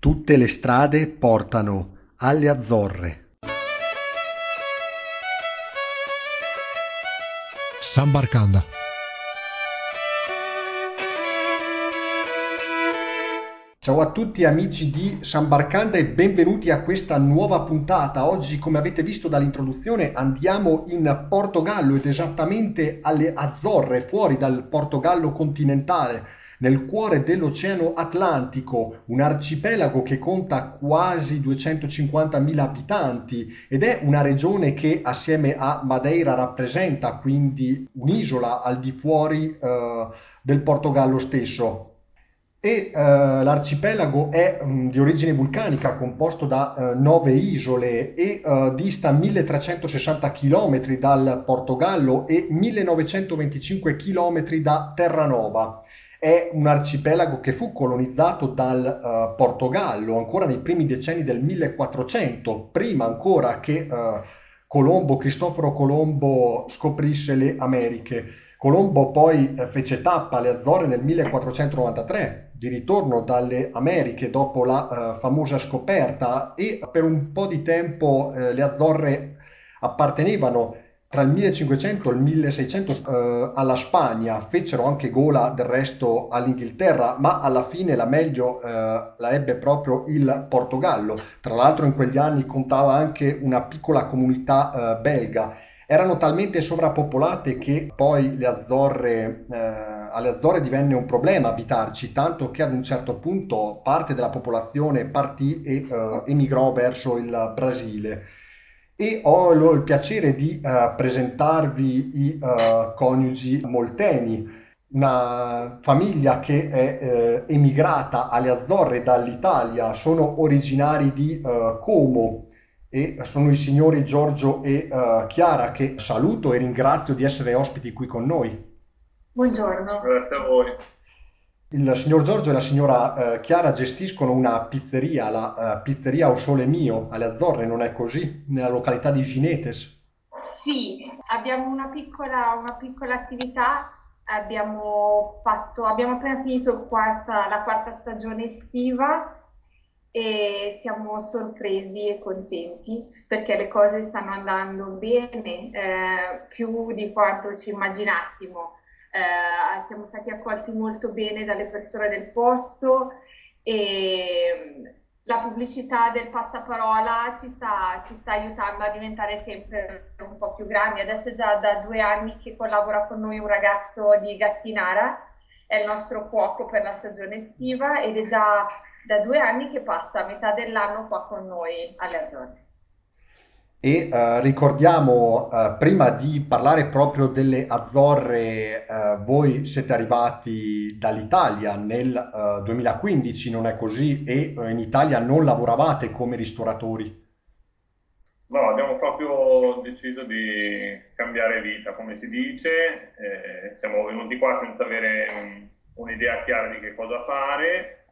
Tutte le strade portano alle Azzorre. Sambarcanda. Ciao a tutti amici di Sambarcanda e benvenuti a questa nuova puntata. Oggi, come avete visto dall'introduzione, andiamo in Portogallo ed esattamente alle Azzorre, fuori dal Portogallo continentale, nel cuore dell'Oceano Atlantico, un arcipelago che conta quasi 250.000 abitanti ed è una regione che assieme a Madeira rappresenta quindi un'isola al di fuori del Portogallo stesso. L'arcipelago è di origine vulcanica, composto da 9 isole e dista 1360 km dal Portogallo e 1925 km da Terranova. È un arcipelago che fu colonizzato dal Portogallo ancora nei primi decenni del 1400, prima ancora che Cristoforo Colombo scoprisse le Americhe. Colombo poi fece tappa alle Azzorre nel 1493, di ritorno dalle Americhe dopo la famosa scoperta, e per un po' di tempo le Azzorre appartenevano tra il 1500 e il 1600 alla Spagna, fecero anche gola del resto all'Inghilterra, ma alla fine la meglio la ebbe proprio il Portogallo. Tra l'altro in quegli anni contava anche una piccola comunità belga. Erano talmente sovrappopolate che poi alle Azzorre divenne un problema abitarci, tanto che ad un certo punto parte della popolazione partì e emigrò verso il Brasile. E ho il piacere di presentarvi i coniugi Molteni, una famiglia che è emigrata alle Azzorre dall'Italia, sono originari di Como e sono i signori Giorgio e Chiara, che saluto e ringrazio di essere ospiti qui con noi. Buongiorno. Grazie a voi. Il signor Giorgio e la signora Chiara gestiscono una pizzeria, la pizzeria O Sole Mio alle Azzorre, non è così? Nella località di Ginetes. Sì, abbiamo una piccola attività, abbiamo appena finito la quarta stagione estiva e siamo sorpresi e contenti perché le cose stanno andando bene, più di quanto ci immaginassimo. Siamo stati accolti molto bene dalle persone del posto e la pubblicità del passaparola ci sta aiutando a diventare sempre un po' più grandi. Adesso è già da 2 anni che collabora con noi un ragazzo di Gattinara, è il nostro cuoco per la stagione estiva ed è già da 2 anni che passa metà dell'anno qua con noi alle Azzorre. E ricordiamo, prima di parlare proprio delle Azzorre, voi siete arrivati dall'Italia nel 2015, non è così? E in Italia non lavoravate come ristoratori. No, abbiamo proprio deciso di cambiare vita, come si dice. Siamo venuti qua senza avere un'idea chiara di che cosa fare.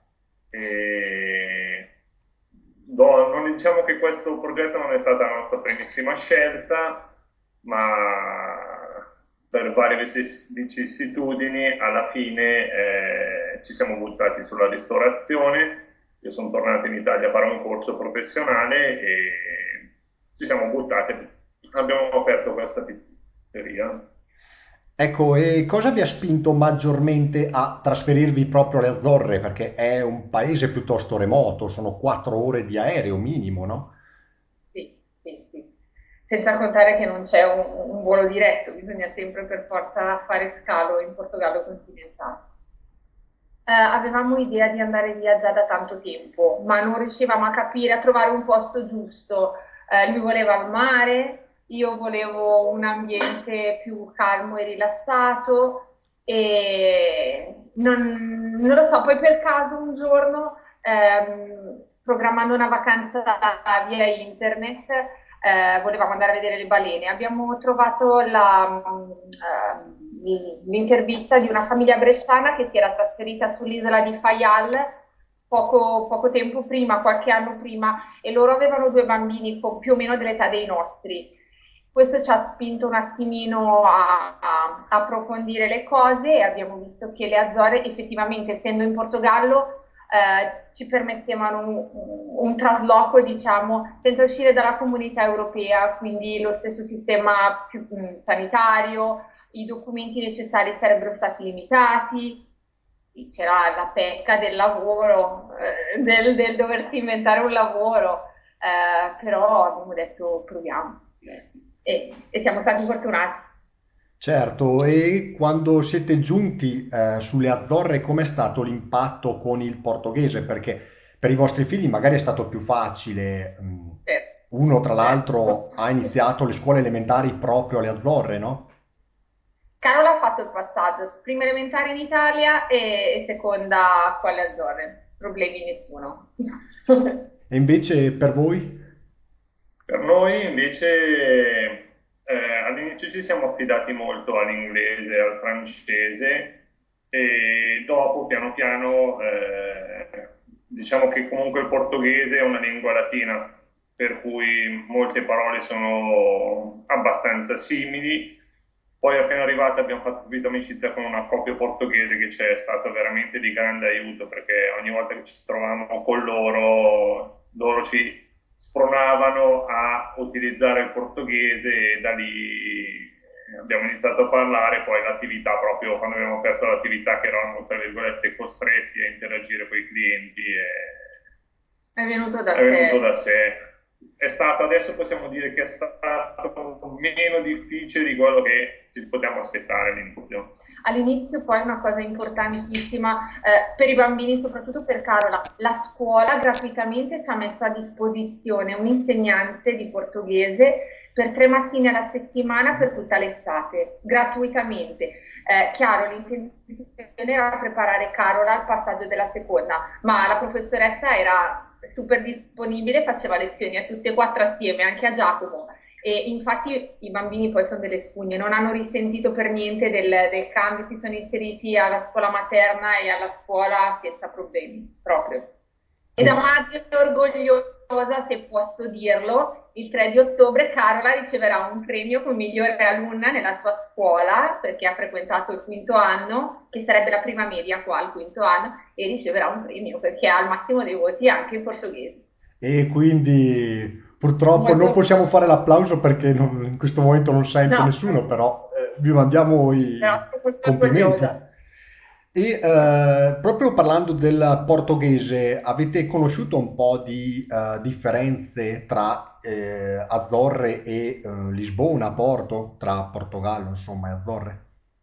E non diciamo che questo progetto non è stata la nostra primissima scelta, ma per varie vicissitudini alla fine ci siamo buttati sulla ristorazione. Io sono tornato in Italia a fare un corso professionale e ci siamo buttati, abbiamo aperto questa pizzeria. Ecco, e cosa vi ha spinto maggiormente a trasferirvi proprio alle Azzorre? Perché è un paese piuttosto remoto, sono 4 ore di aereo minimo, no? Sì, sì, sì. Senza contare che non c'è un volo diretto, bisogna sempre per forza fare scalo in Portogallo continentale. Avevamo idea di andare via già da tanto tempo, ma non riuscivamo a capire, a trovare un posto giusto. Lui voleva il mare, io volevo un ambiente più calmo e rilassato e non lo so, poi per caso un giorno, programmando una vacanza via internet, volevamo andare a vedere le balene. Abbiamo trovato l'intervista di una famiglia bresciana che si era trasferita sull'isola di Faial poco tempo prima, qualche anno prima, e loro avevano 2 bambini più o meno dell'età dei nostri. Questo ci ha spinto un attimino a approfondire le cose e abbiamo visto che le Azzorre, effettivamente, essendo in Portogallo, ci permettevano un trasloco, diciamo, senza uscire dalla comunità europea, quindi lo stesso sistema sanitario, i documenti necessari sarebbero stati limitati, c'era la pecca del lavoro, del doversi inventare un lavoro, però abbiamo detto proviamo e siamo stati fortunati. Certo, e quando siete giunti sulle Azzorre, com'è stato l'impatto con il portoghese? Perché per i vostri figli magari è stato più facile. Uno, tra Certo. l'altro, ha iniziato le scuole elementari proprio alle Azzorre, no? Carola ha fatto il passaggio, prima elementare in Italia e seconda qua alle Azzorre. Problemi nessuno. E invece per voi? Per noi invece all'inizio ci siamo affidati molto all'inglese e al francese e dopo piano piano diciamo che comunque il portoghese è una lingua latina, per cui molte parole sono abbastanza simili. Poi appena arrivata abbiamo fatto subito amicizia con una coppia portoghese che ci è stato veramente di grande aiuto perché ogni volta che ci trovavamo con loro ci spronavano a utilizzare il portoghese e da lì abbiamo iniziato a parlare, poi l'attività proprio quando abbiamo aperto l'attività che eravamo tra virgolette costretti a interagire con i clienti È venuto da è venuto sé. da sé. È stato, adesso possiamo dire che è stato meno difficile di quello che ci potevamo aspettare all'inizio. All'inizio poi una cosa importantissima per i bambini, soprattutto per Carola, la scuola gratuitamente ci ha messo a disposizione un insegnante di portoghese per 3 mattine alla settimana per tutta l'estate, gratuitamente. Chiaro, l'intenzione era preparare Carola al passaggio della seconda, ma la professoressa era super disponibile, faceva lezioni a tutte e quattro assieme, anche a Giacomo. E infatti i bambini poi sono delle spugne, non hanno risentito per niente del cambio, si sono inseriti alla scuola materna e alla scuola senza problemi, proprio. E da madre orgogliosa, se posso dirlo, il 3 di ottobre Carola riceverà un premio come migliore alunna nella sua scuola, perché ha frequentato il quinto anno, che sarebbe la prima media qua, il quinto anno, e riceverà un premio perché ha il massimo dei voti anche in portoghese. E quindi purtroppo non Molto, possiamo fare l'applauso perché in questo momento non sente no, nessuno, però vi mandiamo però i sono molto complimenti. orgogliosa. E proprio parlando del portoghese, avete conosciuto un po' di differenze tra Azzorre e Lisbona, Porto, tra Portogallo, insomma, e Azzorre?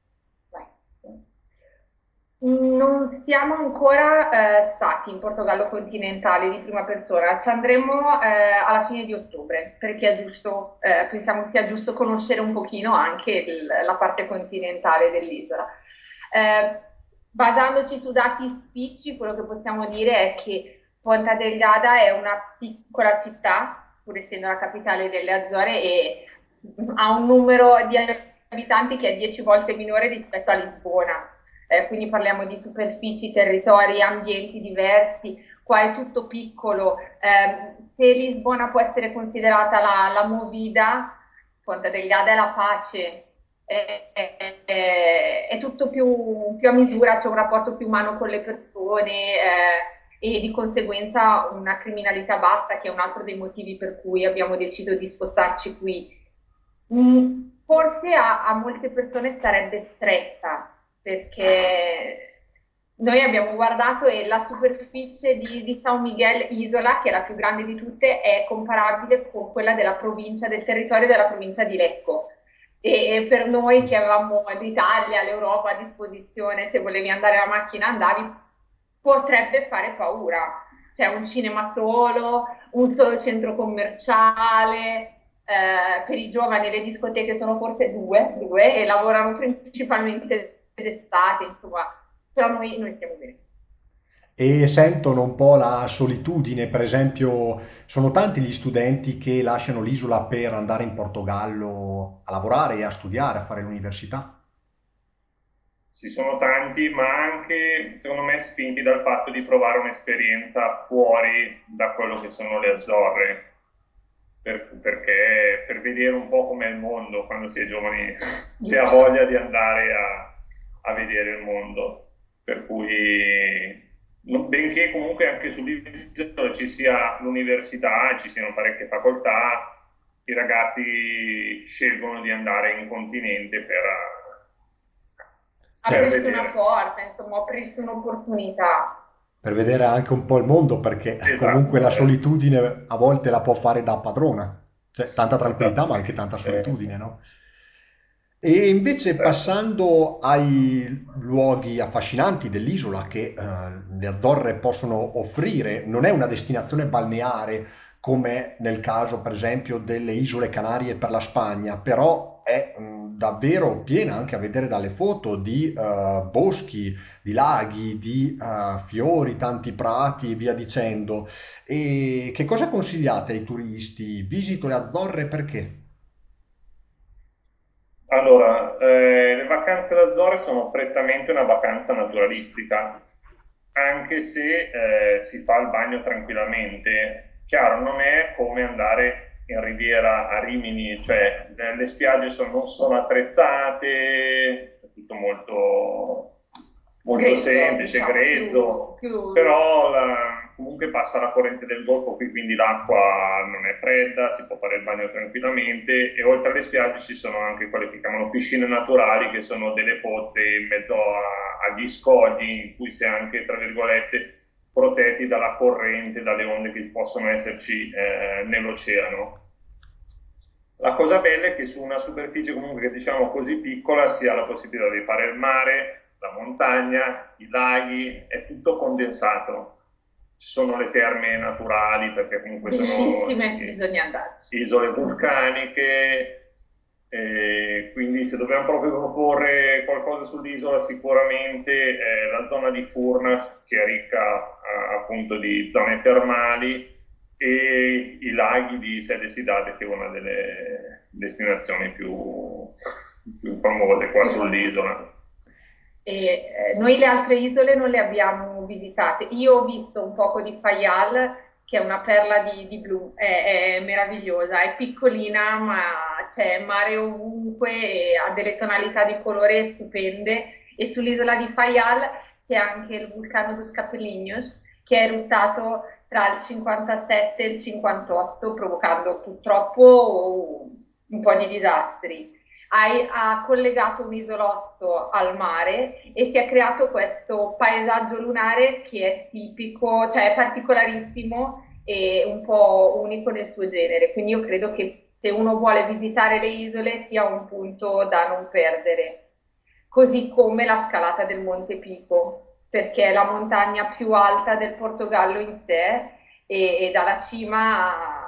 Non siamo ancora stati in Portogallo continentale di prima persona, ci andremo alla fine di ottobre perché è giusto, pensiamo sia giusto conoscere un pochino anche la parte continentale dell'isola. Basandoci su dati spicci, quello che possiamo dire è che Ponta Delgada è una piccola città, pur essendo la capitale delle Azzorre, e ha un numero di abitanti che è 10 volte minore rispetto a Lisbona. Quindi parliamo di superfici, territori, ambienti diversi, qua è tutto piccolo. Se Lisbona può essere considerata la movida, Ponta Delgada è la pace, è tutto più a misura, c'è un rapporto più umano con le persone e di conseguenza una criminalità bassa, che è un altro dei motivi per cui abbiamo deciso di spostarci qui. Forse a molte persone starebbe stretta perché noi abbiamo guardato e la superficie di San Miguel Isola, che è la più grande di tutte, è comparabile con quella della provincia, del territorio della provincia di Lecco. E per noi che avevamo l'Italia, l'Europa a disposizione, se volevi andare a macchina andavi, potrebbe fare paura. C'è un cinema solo, un solo centro commerciale, per i giovani le discoteche sono forse due e lavorano principalmente d'estate, insomma, però noi stiamo bene. E sentono un po' la solitudine, per esempio, sono tanti gli studenti che lasciano l'isola per andare in Portogallo a lavorare e a studiare, a fare l'università. Ci sono tanti, ma anche, secondo me, spinti dal fatto di provare un'esperienza fuori da quello che sono le Azzorre, perché per vedere un po' com'è il mondo quando si è giovani, si ha voglia di andare a vedere il mondo. Per cui benché comunque anche sull'isola ci sia l'università, ci siano parecchie facoltà, i ragazzi scelgono di andare in continente per aprirsi una vedere. porta, insomma, aprirsi un'opportunità. Per vedere anche un po' il mondo, perché comunque Esatto, la solitudine a volte la può fare da padrona. C'è tanta tranquillità, ma esatto. anche tanta solitudine, no? E invece Certo. passando ai luoghi affascinanti dell'isola che le Azzorre possono offrire, non è una destinazione balneare come nel caso per esempio delle isole Canarie per la Spagna, però è davvero piena anche a vedere dalle foto di boschi, di laghi, di fiori, tanti prati e via dicendo. E che cosa consigliate ai turisti? Visito le Azzorre perché? Allora, le vacanze ad Azzorre sono prettamente una vacanza naturalistica, anche se si fa il bagno tranquillamente. Chiaro, non è come andare in Riviera a Rimini, cioè le spiagge non sono attrezzate, è tutto molto Grezzo, semplice, diciamo, grezzo, più però comunque passa la corrente del Golfo qui, quindi l'acqua non è fredda, si può fare il bagno tranquillamente e oltre alle spiagge ci sono anche quelle che chiamano piscine naturali, che sono delle pozze in mezzo agli scogli in cui si è anche, tra virgolette, protetti dalla corrente, dalle onde che possono esserci nell'oceano. La cosa bella è che su una superficie comunque che diciamo così piccola si ha la possibilità di fare il mare, la montagna, i laghi, è tutto condensato. Ci sono le terme naturali perché comunque sono bellissime, bisogna andarci. isole vulcaniche, quindi se dobbiamo proprio proporre qualcosa sull'isola sicuramente la zona di Furnas che è ricca appunto di zone termali e i laghi di Sede Sidade che è una delle destinazioni più famose qua Più famose, sì. sull'isola. E, noi le altre isole non le abbiamo visitate. Io ho visto un poco di Fayal, che è una perla di blu, è meravigliosa, è piccolina, ma c'è mare ovunque, e ha delle tonalità di colore stupende. E sull'isola di Fayal c'è anche il vulcano dos Capelinhos, che è eruttato tra il 57 e il 58, provocando purtroppo un po' di disastri. Ha collegato un isolotto al mare e si è creato questo paesaggio lunare che è tipico, cioè è particolarissimo e un po' unico nel suo genere. Quindi io credo che se uno vuole visitare le isole sia un punto da non perdere. Così come la scalata del Monte Pico, perché è la montagna più alta del Portogallo in sé e dalla cima,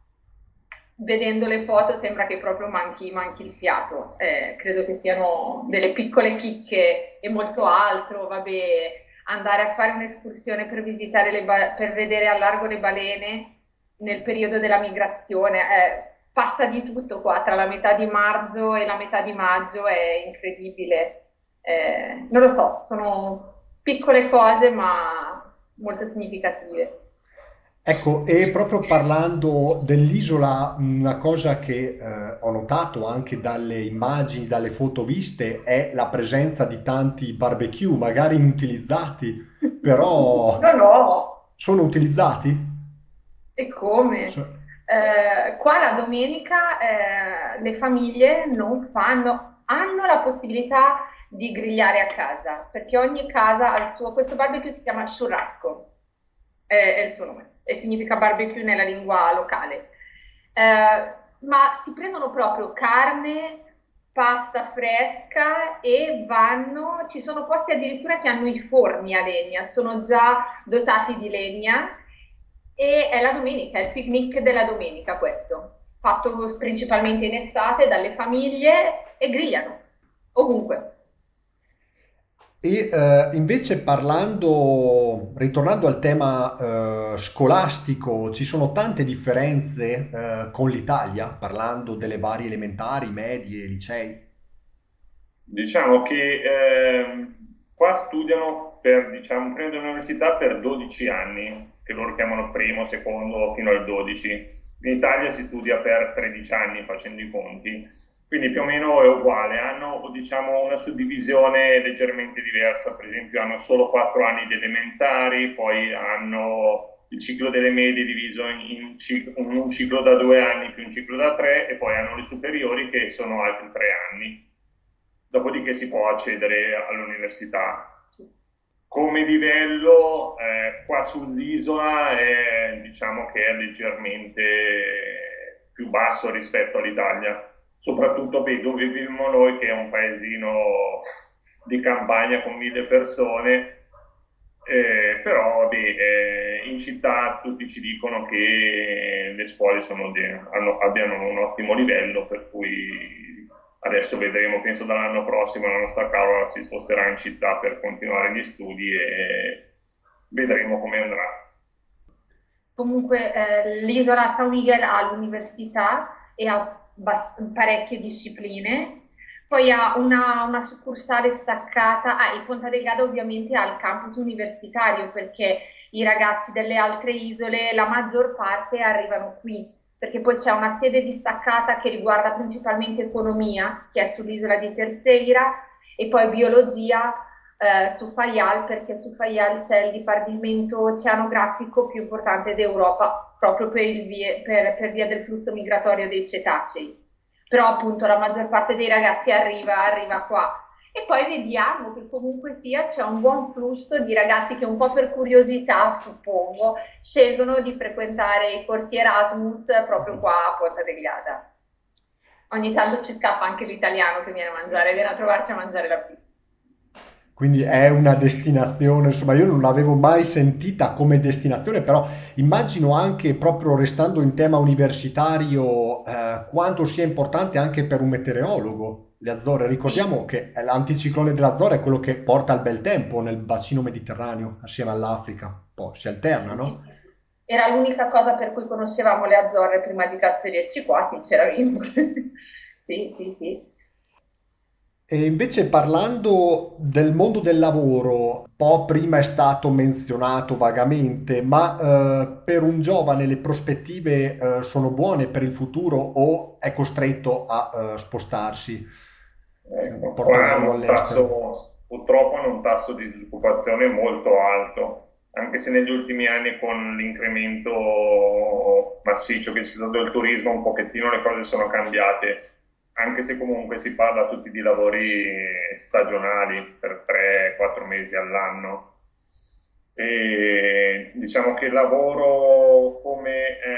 vedendo le foto, sembra che proprio manchi il fiato. Credo che siano delle piccole chicche e molto altro. Vabbè, andare a fare un'escursione per visitare per vedere a largo le balene nel periodo della migrazione. Passa di tutto qua, tra la metà di marzo e la metà di maggio, è incredibile. Non lo so, sono piccole cose ma molto significative. Ecco, e proprio parlando dell'isola, una cosa che ho notato anche dalle immagini, dalle foto viste, è la presenza di tanti barbecue, magari inutilizzati, però No, no, sono utilizzati? e come? So- Qua la domenica le famiglie non fanno, hanno la possibilità di grigliare a casa, perché ogni casa ha il suo, questo barbecue si chiama churrasco, è il suo nome, e significa barbecue nella lingua locale. Ma si prendono proprio carne, pasta fresca e vanno, ci sono posti addirittura che hanno i forni a legna, sono già dotati di legna e è la domenica, è il picnic della domenica questo, fatto principalmente in estate dalle famiglie e grigliano ovunque. E invece parlando, ritornando al tema scolastico, ci sono tante differenze con l'Italia, parlando delle varie elementari, medie, licei. Diciamo che qua studiano diciamo, prima dell'università per 12 anni, che loro chiamano primo, secondo, fino al 12. In Italia si studia per 13 anni facendo i conti. quindi più o meno è uguale, hanno diciamo una suddivisione leggermente diversa, per esempio hanno solo 4 anni di elementari, poi hanno il ciclo delle medie diviso in un ciclo da 2 anni più un ciclo da 3 e poi hanno le superiori che sono altri 3 anni, dopodiché si può accedere all'università. Come livello, qua sull'isola diciamo che è leggermente più basso rispetto all'Italia, soprattutto dove viviamo noi, che è un paesino di campagna con 1000 persone, però vabbè, in città tutti ci dicono che le scuole abbiano un ottimo livello, per cui adesso vedremo, penso dall'anno prossimo la nostra Carola si sposterà in città per continuare gli studi e vedremo come andrà. Comunque l'isola San Miguel ha l'università e ha parecchie discipline, poi ha una succursale staccata, il Ponta Delgada ovviamente ha il campus universitario perché i ragazzi delle altre isole, la maggior parte arrivano qui, perché poi c'è una sede distaccata che riguarda principalmente economia, che è sull'isola di Terceira, e poi biologia su Fayal, perché su Fayal c'è il dipartimento oceanografico più importante d'Europa, proprio per via del flusso migratorio dei cetacei. Però appunto la maggior parte dei ragazzi arriva qua. E poi vediamo che comunque sia c'è un buon flusso di ragazzi che un po' per curiosità, suppongo, scelgono di frequentare i corsi Erasmus proprio qua a Ponta Delgada. Ogni tanto ci scappa anche l'italiano che viene a trovarci a mangiare la pizza. Quindi è una destinazione, insomma, io non l'avevo mai sentita come destinazione, però immagino anche proprio restando in tema universitario, quanto sia importante anche per un meteorologo le Azzorre. Sì, Ricordiamo che l'anticiclone delle Azzorre è quello che porta al bel tempo nel bacino mediterraneo, assieme all'Africa. Poi si alterna, sì, no? sì, sì. Era l'unica cosa per cui conoscevamo le Azzorre prima di trasferirci qua, sinceramente. Sì, sì, sì. E invece parlando del mondo del lavoro, un po' prima è stato menzionato vagamente, ma per un giovane le prospettive sono buone per il futuro o è costretto a Ecco, spostarsi, qua Portogallo all'estero? purtroppo hanno un tasso di disoccupazione molto alto, anche se negli ultimi anni con l'incremento massiccio che c'è stato del turismo un pochettino le cose sono cambiate, anche se comunque si parla tutti di lavori stagionali per 3-4 mesi all'anno. E diciamo che il lavoro come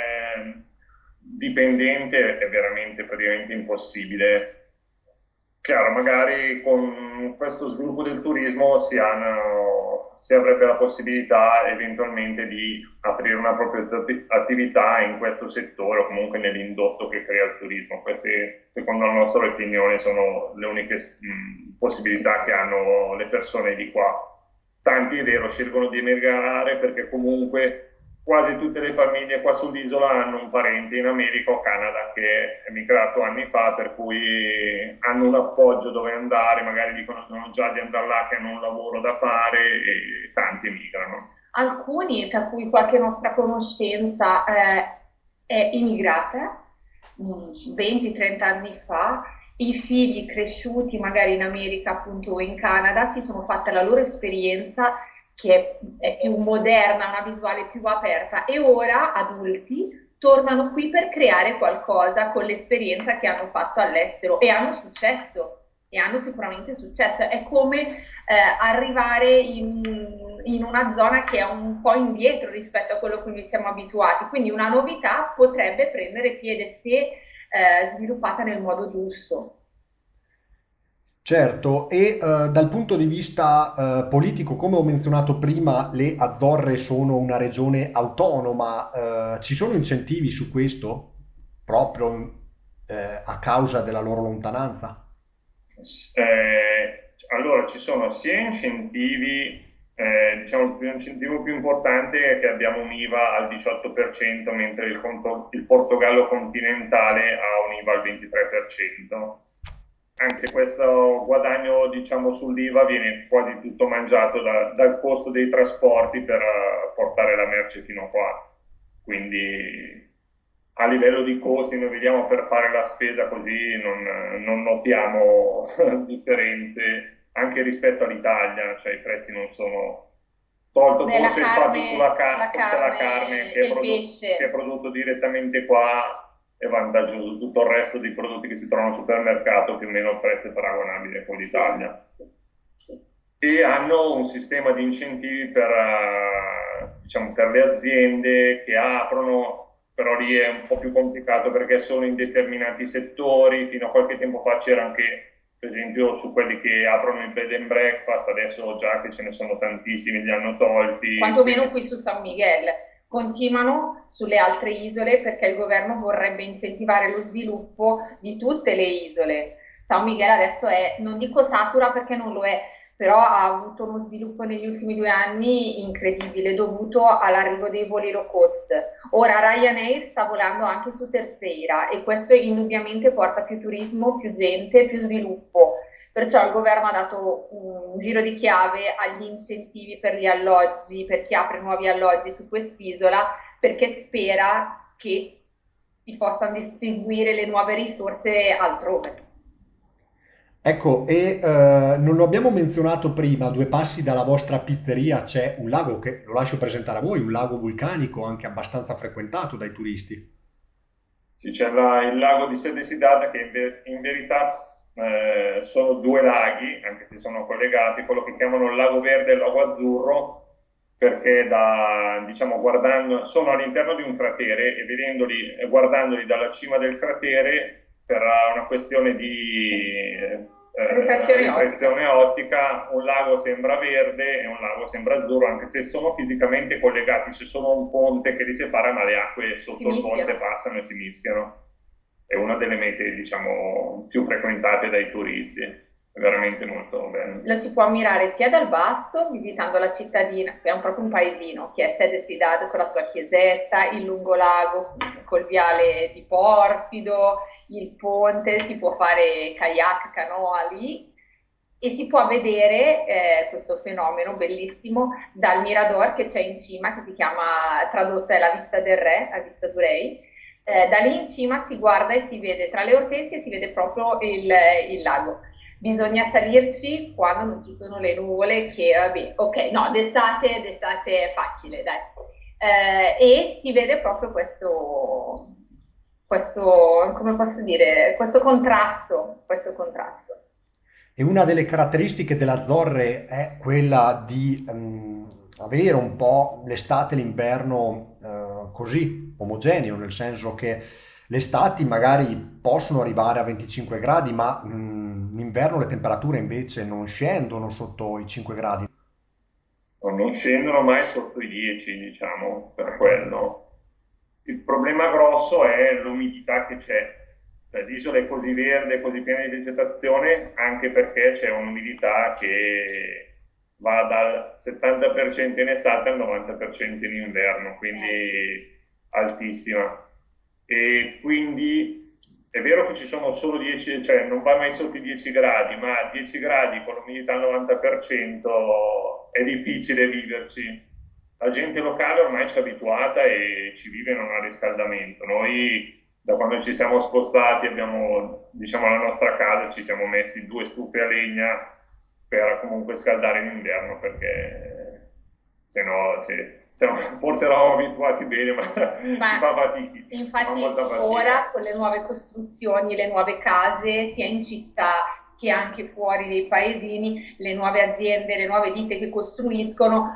dipendente è veramente praticamente impossibile. Chiaro, magari con questo sviluppo del turismo si avrebbe la possibilità eventualmente di aprire una propria attività in questo settore o comunque nell'indotto che crea il turismo. Queste, secondo la nostra opinione, sono le uniche possibilità che hanno le persone di qua. Tanti, è vero, scelgono di emigrare perché comunque quasi tutte le famiglie qua sull'isola hanno un parente in America o Canada che è emigrato anni fa, per cui hanno un appoggio dove andare, magari dicono già di andare là che hanno un lavoro da fare e tanti emigrano. Alcuni, tra cui qualche nostra conoscenza, è immigrata 20-30 anni fa, i figli cresciuti magari in America, appunto o in Canada, si sono fatte la loro esperienza che è più moderna, una visuale più aperta e ora adulti tornano qui per creare qualcosa con l'esperienza che hanno fatto all'estero e hanno successo. E hanno sicuramente successo. È come arrivare in una zona che è un po' indietro rispetto a quello a cui noi siamo abituati. Quindi una novità potrebbe prendere piede se sviluppata nel modo giusto. Certo, e dal punto di vista politico, come ho menzionato prima, le Azzorre sono una regione autonoma, ci sono incentivi su questo, proprio a causa della loro lontananza? Allora, ci sono sia incentivi, diciamo l'incentivo più importante è che abbiamo un'IVA al 18%, mentre il Portogallo continentale ha un'IVA al 23%. Anche se questo guadagno, diciamo, sull'IVA viene quasi tutto mangiato dal costo dei trasporti per portare la merce fino a qua. Quindi a livello di costi noi vediamo per fare la spesa così non notiamo differenze anche rispetto all'Italia, cioè i prezzi non sono tolto Beh, forse il fatto sulla la forse la carne carne e il pesce. che è prodotto direttamente qua è vantaggioso, tutto il resto dei prodotti che si trovano al supermercato più o meno il prezzo è paragonabile con Sì, l'Italia. sì, sì. E hanno un sistema di incentivi per, diciamo, per le aziende che aprono, però lì è un po' più complicato perché solo in determinati settori, fino a qualche tempo fa c'era anche, per esempio, su quelli che aprono il bed and breakfast, adesso già che ce ne sono tantissimi, li hanno tolti, Quantomeno quindi qui su San Miguel. Continuano sulle altre isole perché il governo vorrebbe incentivare lo sviluppo di tutte le isole. San Miguel adesso è, non dico satura perché non lo è, però ha avuto uno sviluppo negli ultimi 2 anni incredibile dovuto all'arrivo dei voli low cost. Ora Ryanair sta volando anche su Terceira e questo indubbiamente porta più turismo, più gente, più sviluppo. Perciò il governo ha dato un giro di chiave agli incentivi per gli alloggi, per chi apre nuovi alloggi su quest'isola, perché spera che si possano distribuire le nuove risorse altrove. Ecco, e non lo abbiamo menzionato prima, a 2 passi dalla vostra pizzeria c'è un lago che, lo lascio presentare a voi, un lago vulcanico anche abbastanza frequentato dai turisti. sì, c'è il lago di Sede Sidata che in verità sono due laghi, anche se sono collegati, quello che chiamano il lago verde e il lago azzurro, perché diciamo, sono all'interno di un cratere e guardandoli dalla cima del cratere, per una questione di Rifrazione ottica. rifrazione ottica, un lago sembra verde e un lago sembra azzurro, anche se sono fisicamente collegati, c'è solo un ponte che li separa, ma le acque Si sotto il ponte mischiano. passano e si mischiano. È una delle mete, diciamo, più frequentate dai turisti, è veramente molto bello. Lo si può ammirare sia dal basso, visitando la cittadina, che è proprio un paesino, che è Sede Sidad con la sua chiesetta, il lungolago col viale di Porfido, il ponte, si può fare kayak, canoa lì e si può vedere questo fenomeno bellissimo dal mirador che c'è in cima, che si chiama, tradotta è la Vista del Re, la Vista du Rei. Da lì in cima si guarda e si vede tra le ortensie si vede proprio il lago. Bisogna salirci quando non ci sono le nuvole, che vabbè, ok, no, d'estate è facile, dai. E si vede proprio come posso dire, questo contrasto. E una delle caratteristiche della Zorre è quella di avere un po' l'estate e l'inverno così omogeneo, nel senso che le estati magari possono arrivare a 25 gradi, ma in inverno le temperature invece non scendono sotto i 5 gradi. Non scendono mai sotto i 10, diciamo, per quello. Il problema grosso è l'umidità che c'è. Cioè, l'isola è così verde, così piena di vegetazione, anche perché c'è un'umidità che va dal 70% in estate al 90% in inverno, quindi altissima. E quindi è vero che ci sono solo 10, cioè non va mai sotto i 10 gradi, ma a 10 gradi con l'umidità al 90% è difficile viverci. La gente locale ormai ci è abituata e ci vive e non ha riscaldamento. Noi da quando ci siamo spostati abbiamo, diciamo, la nostra casa, ci siamo messi 2 stufe a legna per comunque scaldare l'inverno perché se no forse eravamo abituati bene, ma Ma si fa fatica, si fa infatti molta ora fatica. con le nuove costruzioni, le nuove case, sia in città che anche fuori dei paesini, le nuove aziende, le nuove ditte che costruiscono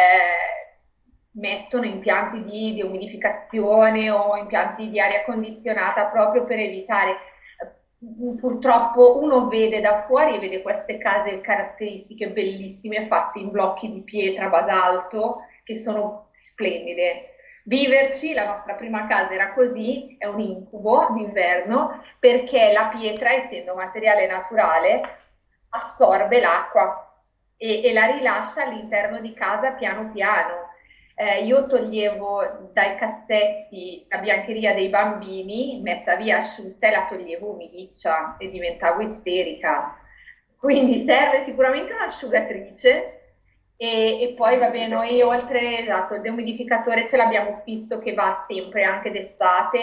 mettono impianti di umidificazione o impianti di aria condizionata proprio per evitare. Purtroppo uno vede da fuori e vede queste case caratteristiche bellissime fatte in blocchi di pietra, basalto, che sono splendide. Viverci, la nostra prima casa era così, è un incubo d'inverno, perché la pietra, essendo materiale naturale, assorbe l'acqua e la rilascia all'interno di casa piano piano. Io toglievo dai cassetti la biancheria dei bambini, messa via asciutta e la toglievo umidiccia e diventavo isterica. Quindi serve sicuramente un'asciugatrice e poi vabbè, noi oltre esatto, il deumidificatore ce l'abbiamo fisso che va sempre anche d'estate,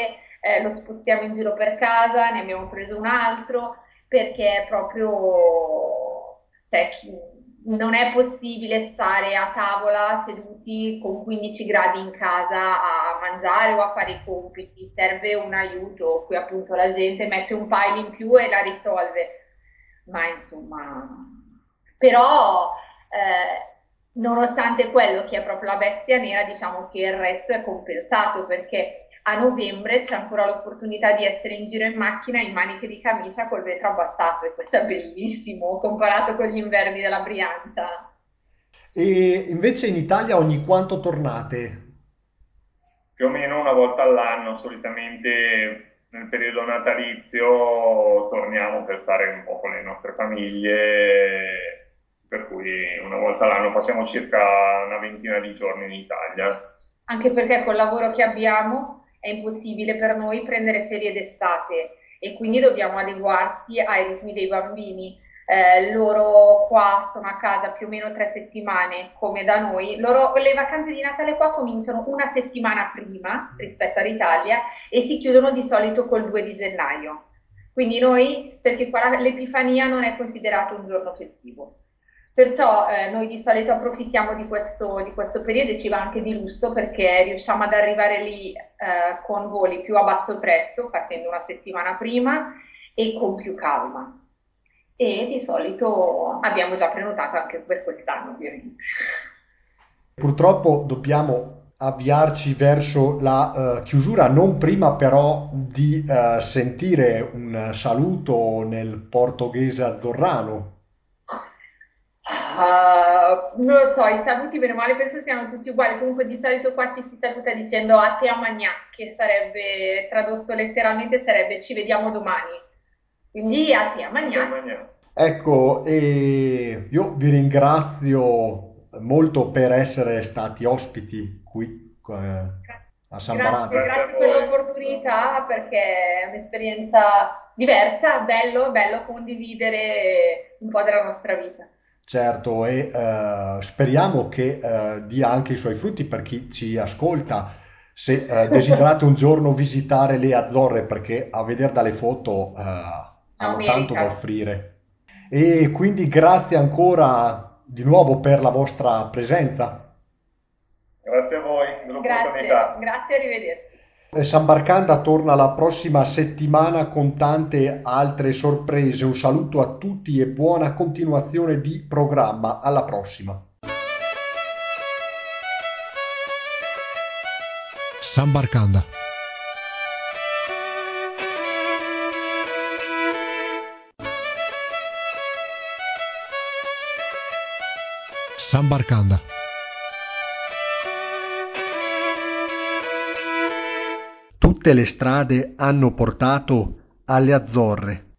lo spostiamo in giro per casa, ne abbiamo preso un altro perché è proprio, cioè, non è possibile stare a tavola seduti con 15 gradi in casa a mangiare o a fare i compiti, serve un aiuto, qui appunto la gente mette un file in più e la risolve, ma insomma, però nonostante quello che è proprio la bestia nera, diciamo che il resto è compensato perché a novembre c'è ancora l'opportunità di essere in giro in macchina in maniche di camicia col vetro abbassato e questo è bellissimo comparato con gli inverni della Brianza. E invece in Italia ogni quanto tornate? Più o meno una volta all'anno, solitamente nel periodo natalizio torniamo per stare un po' con le nostre famiglie, per cui una volta all'anno passiamo circa una ventina di giorni in Italia. Anche perché col lavoro che abbiamo è impossibile per noi prendere ferie d'estate e quindi dobbiamo adeguarsi ai ritmi dei bambini. Loro qua sono a casa più o meno 3 settimane, come da noi. Le vacanze di Natale qua cominciano una settimana prima rispetto all'Italia e si chiudono di solito col 2 di gennaio. Quindi noi, perché qua l'Epifania non è considerato un giorno festivo. Perciò noi di solito approfittiamo di questo periodo e ci va anche di lusso perché riusciamo ad arrivare lì con voli più a basso prezzo, partendo una settimana prima e con più calma. E di solito abbiamo già prenotato anche per quest'anno, ovviamente. Purtroppo dobbiamo avviarci verso la chiusura, non prima però di sentire un saluto nel portoghese azzorrano. Non lo so, i saluti bene o male penso siano tutti uguali, comunque di solito qua ci si saluta dicendo a te a magnà, che sarebbe tradotto letteralmente sarebbe ci vediamo domani. Quindi a te a magnà. Ecco, e io vi ringrazio molto per essere stati ospiti qui a San Grazie, Barate. Grazie a grazie per voi. l'opportunità perché è un'esperienza diversa, bello condividere un po' della nostra vita. Certo, e speriamo che dia anche i suoi frutti per chi ci ascolta. Se desiderate un giorno visitare le Azzorre, perché a vedere dalle foto No, hanno tanto da merita. offrire. E quindi grazie ancora di nuovo per la vostra presenza. Grazie a voi Grazie, dell'opportunità. grazie, arrivederci. San Barcanda torna la prossima settimana con tante altre sorprese. Un saluto a tutti e buona continuazione di programma. Alla prossima. San Barcanda. San Barcanda. Tutte le strade hanno portato alle Azzorre.